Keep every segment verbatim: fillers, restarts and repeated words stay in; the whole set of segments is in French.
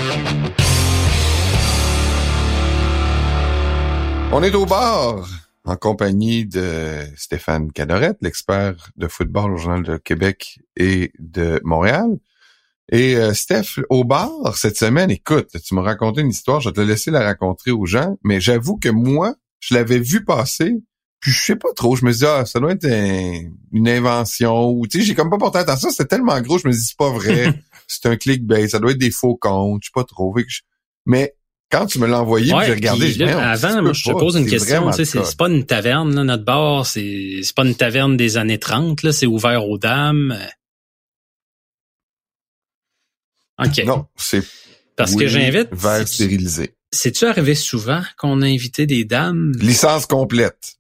On est au bar en compagnie de Stéphane Cadorette, l'expert de football au Journal de Québec et de Montréal. Et euh, Steph, au bar cette semaine, écoute, tu m'as raconté une histoire, je vais te laisser la raconter aux gens, mais j'avoue que moi, je l'avais vu passer, puis je sais pas trop, je me dis ah, ça doit être un, une invention, ou tu sais, j'ai comme pas porté attention, c'était tellement gros, je me dis c'est pas vrai, c'est un clickbait, ça doit être des faux comptes, je sais pas trop. Mais quand tu me l'as envoyé, ouais, j'ai regardé, puis, je dis, là, avant, moi, je te pose une question, tu sais, c'est, c'est pas une taverne, là, notre bar, c'est, c'est pas une taverne des années trente, là, c'est ouvert aux dames. OK. Non, c'est parce oui, que j'invite verre stérilisé. C'est-tu arrivé souvent qu'on a invité des dames? Licence complète.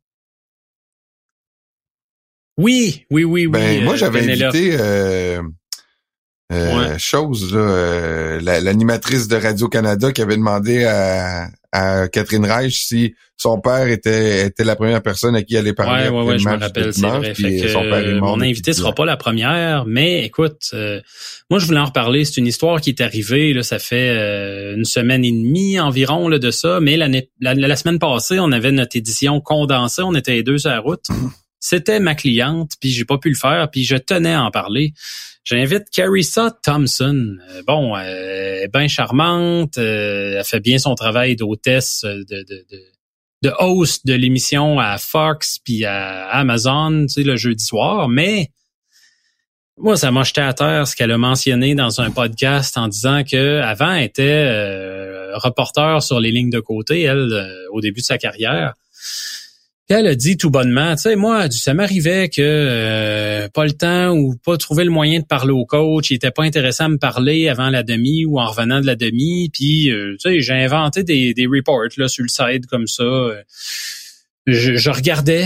Oui, oui, oui, oui. Ben, euh, moi, j'avais Benella. invité euh, euh, ouais. chose, là, euh, la, l'animatrice de Radio-Canada qui avait demandé à, à Catherine Reich si son père était était la première personne à qui elle allait parler. Ouais, ouais, ouais, le je me match rappelle, c'est vrai. Puis Fait que, son père est mort mon invité sera pas la première, mais écoute, euh, moi je voulais en reparler. C'est une histoire qui est arrivée, là, ça fait euh, une semaine et demie environ là, de ça, mais l'année, la, la semaine passée, on avait notre édition condensée, on était les deux sur la route. C'était ma cliente, puis j'ai pas pu le faire, puis je tenais à en parler. J'invite Carissa Thompson. Euh, bon, euh, elle est bien charmante, euh, elle fait bien son travail d'hôtesse, de, de, de, de host de l'émission à Fox puis à Amazon, tu sais, le jeudi soir, mais moi, ça m'a jeté à terre ce qu'elle a mentionné dans un podcast en disant que avant elle était euh, reporter sur les lignes de côté, elle, euh, au début de sa carrière. Puis elle a dit tout bonnement, tu sais, moi, ça m'arrivait que euh, pas le temps ou pas trouver le moyen de parler au coach, il était pas intéressant à me parler avant la demi ou en revenant de la demi, puis euh, tu sais, j'ai inventé des, des reports là sur le site comme ça. Je, je regardais.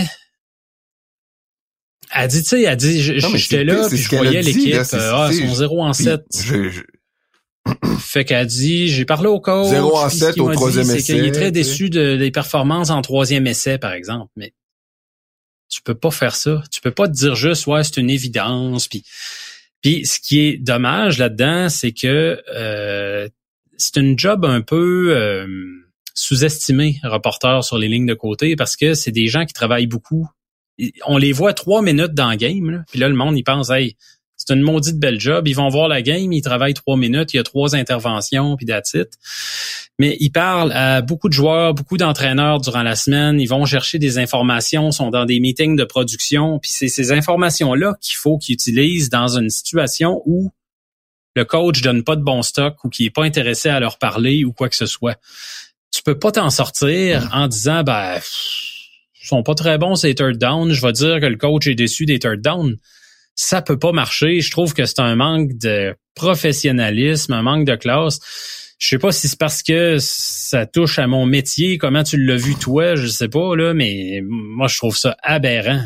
Elle dit, tu sais, elle dit, j'étais là, puis je voyais l'équipe, là, c'est, ah, ils sont zéro en sept. Je, je... Fait qu'elle dit, j'ai parlé au coach. zéro en sept au troisième essai. C'est qu'il est très déçu de, des performances en troisième essai, par exemple. Mais tu peux pas faire ça. Tu peux pas te dire juste, ouais, c'est une évidence. Puis, puis ce qui est dommage là-dedans, c'est que euh, c'est une job un peu euh, sous-estimée, reporter sur les lignes de côté, parce que c'est des gens qui travaillent beaucoup. On les voit trois minutes dans le game, là, puis là, le monde, il pense, hey, c'est une maudite belle job. Ils vont voir la game, ils travaillent trois minutes, il y a trois interventions, puis that's it. Mais ils parlent à beaucoup de joueurs, beaucoup d'entraîneurs durant la semaine. Ils vont chercher des informations, sont dans des meetings de production, puis c'est ces informations-là qu'il faut qu'ils utilisent dans une situation où le coach donne pas de bon stock ou qui est pas intéressé à leur parler ou quoi que ce soit. Tu peux pas t'en sortir en disant, ben, ils sont pas très bons ces third down. Je vais dire que le coach est déçu des third down. Ça peut pas marcher. Je trouve que c'est un manque de professionnalisme, un manque de classe. Je sais pas si c'est parce que ça touche à mon métier, comment tu l'as vu toi, je sais pas, là, mais moi, je trouve ça aberrant.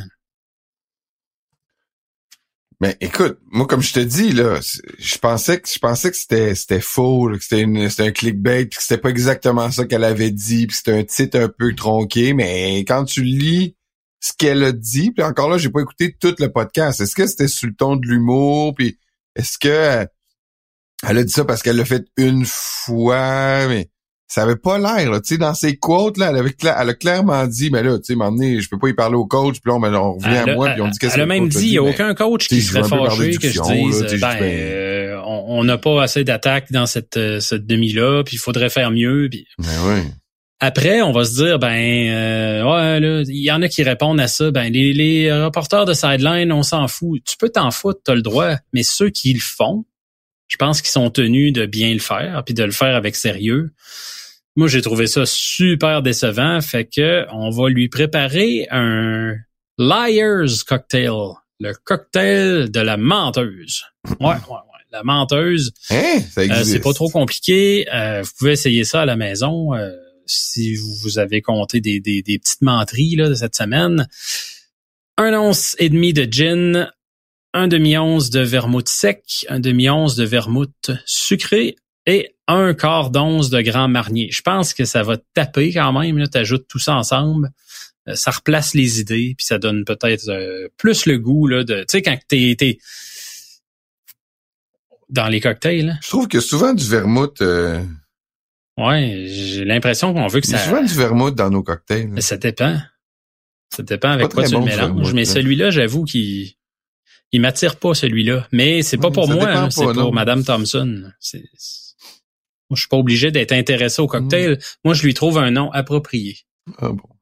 Mais écoute, moi, comme je te dis, là, je pensais que, je pensais que c'était, c'était faux, là, que c'était une, c'était un clickbait, puis que c'était pas exactement ça qu'elle avait dit, puis c'était un titre un peu tronqué, mais quand tu lis ce qu'elle a dit, puis encore là, j'ai pas écouté tout le podcast. Est-ce que c'était sur le ton de l'humour, puis est-ce que elle a dit ça parce qu'elle l'a fait une fois, mais ça avait pas l'air, là, tu sais, dans ses quotes, là, elle avait, elle a clairement dit, mais là, tu sais, m'emmener, je peux pas y parler au coach, puis là, on, on revient elle à moi, a, puis on dit qu'est-ce elle a même dit, il y a aucun coach qui serait fâché que je dise, là, ben, euh, on n'a pas assez d'attaques dans cette, cette demi-là, puis il faudrait faire mieux, puis... Ben oui. Après, on va se dire, ben, euh, ouais, là, il y en a qui répondent à ça, ben, les, les reporters de sideline, on s'en fout. Tu peux t'en foutre, t'as le droit, mais ceux qui le font, je pense qu'ils sont tenus de bien le faire, puis de le faire avec sérieux. Moi, j'ai trouvé ça super décevant, fait que on va lui préparer un Liar's Cocktail, le cocktail de la menteuse. Ouais, ouais, ouais, la menteuse. Hein? Ça existe. Euh, c'est pas trop compliqué. Euh, vous pouvez essayer ça à la maison. Euh, si vous avez compté des, des, des petites menteries là, de cette semaine. Un once et demi de gin, un demi-once de vermouth sec, un demi-once de vermouth sucré et un quart d'once de Grand Marnier. Je pense que ça va taper quand même. Tu ajoutes tout ça ensemble. Euh, ça replace les idées, puis ça donne peut-être euh, plus le goût là, de... Tu sais, quand t'es... t'es dans les cocktails. Hein. Je trouve que souvent du vermouth... Euh... Ouais, j'ai l'impression qu'on veut que Il y a ça... souvent du vermouth dans nos cocktails. Mais ça dépend. Ça dépend avec quoi tu bon, le mélanges. Mais celui-là, j'avoue qu'il il m'attire pas, celui-là. Mais c'est pas oui, pour moi, hein, pas, c'est non. pour Madame Thompson. C'est... Moi, je suis pas obligé d'être intéressé au cocktail. Mmh. Moi, je lui trouve un nom approprié. Ah bon.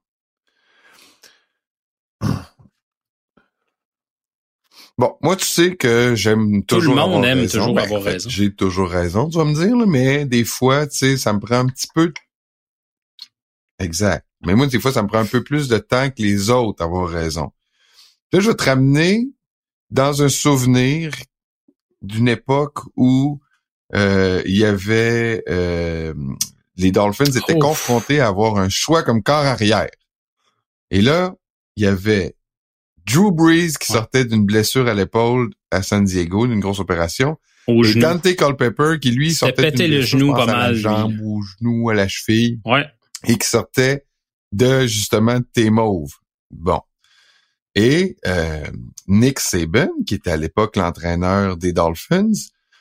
Bon, moi, tu sais que j'aime toujours avoir raison. Tout le monde aime toujours ben, avoir en fait, raison. J'ai toujours raison, tu vas me dire, là, mais des fois, tu sais, ça me prend un petit peu... Exact. Mais moi, des fois, ça me prend un peu plus de temps que les autres à avoir raison. Là, je vais te ramener dans un souvenir d'une époque où euh, il y avait... Euh, les Dolphins étaient Ouf. confrontés à avoir un choix comme corps arrière. Et là, il y avait Drew Brees qui ouais. sortait d'une blessure à l'épaule à San Diego, d'une grosse opération. Au et genou. Dante Culpepper qui, lui, sortait d'une le blessure genou pas à mal, la jambe lui. ou au genou, à la cheville. Ouais. Et qui sortait de, justement, T-Mauve. Bon. Et euh, Nick Saban, qui était à l'époque l'entraîneur des Dolphins,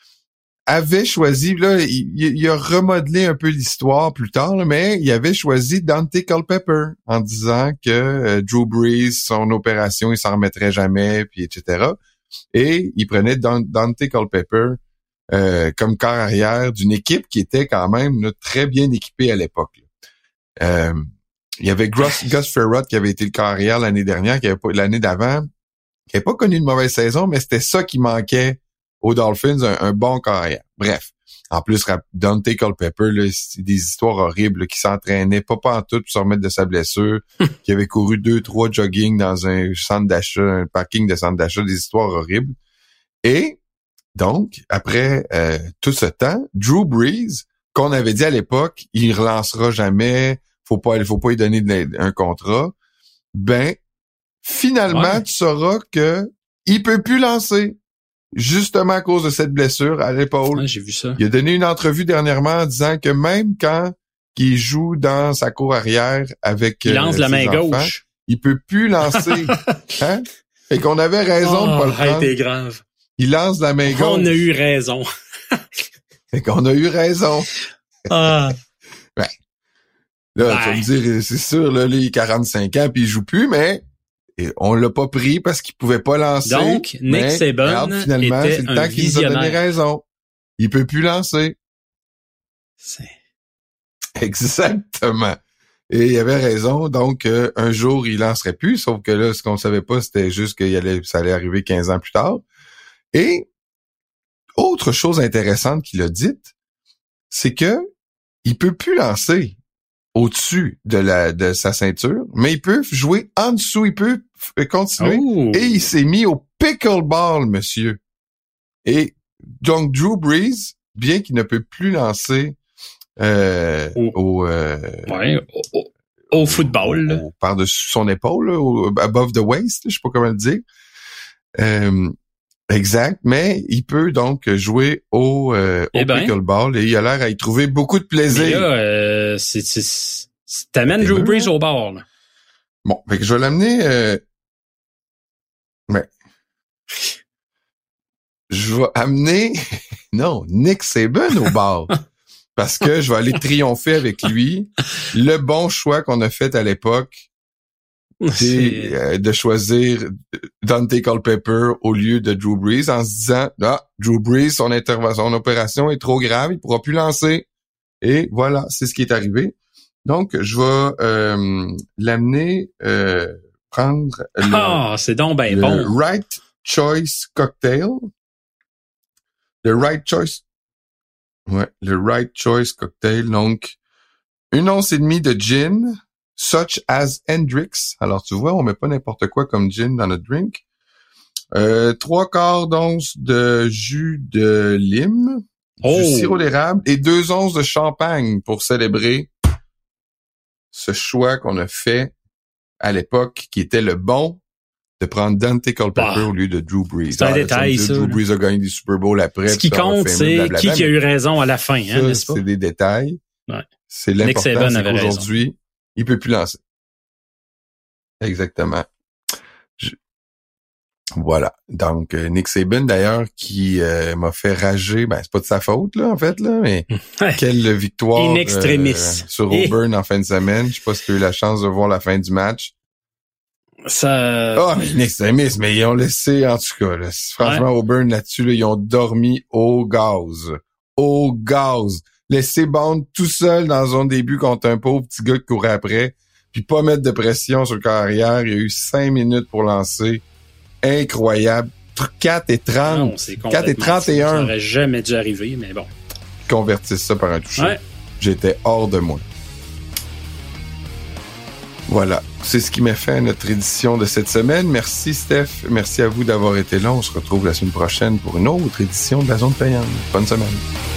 avait choisi, là, il, il a remodelé un peu l'histoire plus tard, là, mais il avait choisi Dante Culpepper en disant que euh, Drew Brees, son opération, il s'en remettrait jamais, puis et cetera. Et il prenait Don, Dante Culpepper euh, comme corps arrière d'une équipe qui était quand même là, très bien équipée à l'époque. Euh, il y avait Gus, Gus Frerotte qui avait été le corps arrière l'année dernière, qui avait pas l'année d'avant, qui avait pas connu une mauvaise saison, mais c'était ça qui manquait aux Dolphins, un, un bon carrière. Bref. En plus, Dante Culpepper, là, c'est des histoires horribles, là, qui s'entraînait pas pas en tout pour se remettre de sa blessure, qui avait couru deux, trois jogging dans un centre d'achat, un parking de centre d'achat, des histoires horribles. Et donc, après euh, tout ce temps, Drew Brees, qu'on avait dit à l'époque, il relancera jamais, faut pas, il faut pas lui donner de, un contrat, ben, finalement, ouais. tu sauras que il peut plus lancer. Justement à cause de cette blessure à l'épaule. Ouais, j'ai vu ça. Il a donné une entrevue dernièrement en disant que même quand il joue dans sa cour arrière avec il lance euh, la main enfants, gauche. Il peut plus lancer. Hein? Et qu'on avait raison oh, de pas le prendre. Hey, t'es grave. Il lance la main gauche. On a eu raison. Et qu'on a eu raison. Ah. Ouais. Là, ouais. tu vas me dire, c'est sûr, là, il a quarante-cinq ans puis il joue plus, mais et on l'a pas pris parce qu'il pouvait pas lancer. Donc, Nick Saban finalement, était c'est le temps qu'il nous a donné raison. Il peut plus lancer. C'est... Exactement. Et il avait raison. Donc, euh, un jour, il lancerait plus. Sauf que là, ce qu'on savait pas, c'était juste qu'il allait, ça allait arriver quinze ans plus tard. Et autre chose intéressante qu'il a dite, c'est que il peut plus lancer au-dessus de la de sa ceinture, mais il peut jouer en dessous, il peut continuer. Oh. Et il s'est mis au pickleball, monsieur. Et donc, Drew Brees, bien qu'il ne peut plus lancer euh, oh. au, euh, ouais, au, au, au football, au, au, par-dessus son épaule, là, au, above the waist, je sais pas comment le dire. Euh, exact, mais il peut donc jouer au, euh, au eh ben, pickleball et il a l'air à y trouver beaucoup de plaisir. Mais là, euh, c'est, c'est, c'est, t'amènes Drew Brees au bord, là. Bon, fait que je vais l'amener... Euh, mais... Je vais amener... non, Nick Saban au bord. Parce que je vais aller triompher avec lui. Le bon choix qu'on a fait à l'époque, c'est euh, de choisir Dante Culpepper au lieu de Drew Brees en se disant, ah, Drew Brees, son intervention, son opération est trop grave, il pourra plus lancer. Et voilà, c'est ce qui est arrivé. Donc, je vais euh, l'amener euh, prendre le, oh, c'est donc ben le bon. Right Choice Cocktail. Le Right Choice. Ouais, le Right Choice Cocktail. Donc, une once et demie de gin, such as Hendrix. Alors, tu vois, on met pas n'importe quoi comme gin dans notre drink. Euh, trois quarts d'once de jus de lime, oh. du sirop d'érable et deux onces de champagne pour célébrer ce choix qu'on a fait à l'époque, qui était le bon de prendre Dante Culpepper bah, au lieu de Drew Brees. C'est un ah, détail, ça. Drew Brees a gagné des Super Bowls après. Ce qui compte, c'est qui, qui a eu raison à la fin, hein, ça, n'est-ce pas? C'est des détails. Ouais. C'est l'important, c'est qu'aujourd'hui, raison. il peut plus lancer. Exactement. Je... Voilà. Donc, euh, Nick Saban, d'ailleurs, qui euh, m'a fait rager, ben, c'est pas de sa faute, là, en fait, là, mais quelle victoire In extremis. euh, sur Auburn en fin de semaine. Je sais pas si tu as eu la chance de voir la fin du match. Ça... Ah, mais in extremis, mais ils ont laissé, en tout cas, là, franchement, ouais. Auburn, là-dessus, là, ils ont dormi au gaz. Au gaz. Laisser Bond tout seul dans la zone début contre un pauvre petit gars qui courait après, puis pas mettre de pression sur le corps arrière. Il y a eu cinq minutes pour lancer. Incroyable. quatre et trente. Non, c'est quatre et trente et un. Ça aurait jamais dû arriver, mais bon. Convertissent ça par un toucher. Ouais. J'étais hors de moi. Voilà. C'est ce qui m'a fait notre édition de cette semaine. Merci, Steph. Merci à vous d'avoir été là. On se retrouve la semaine prochaine pour une autre édition de la Zone Payante. Bonne semaine.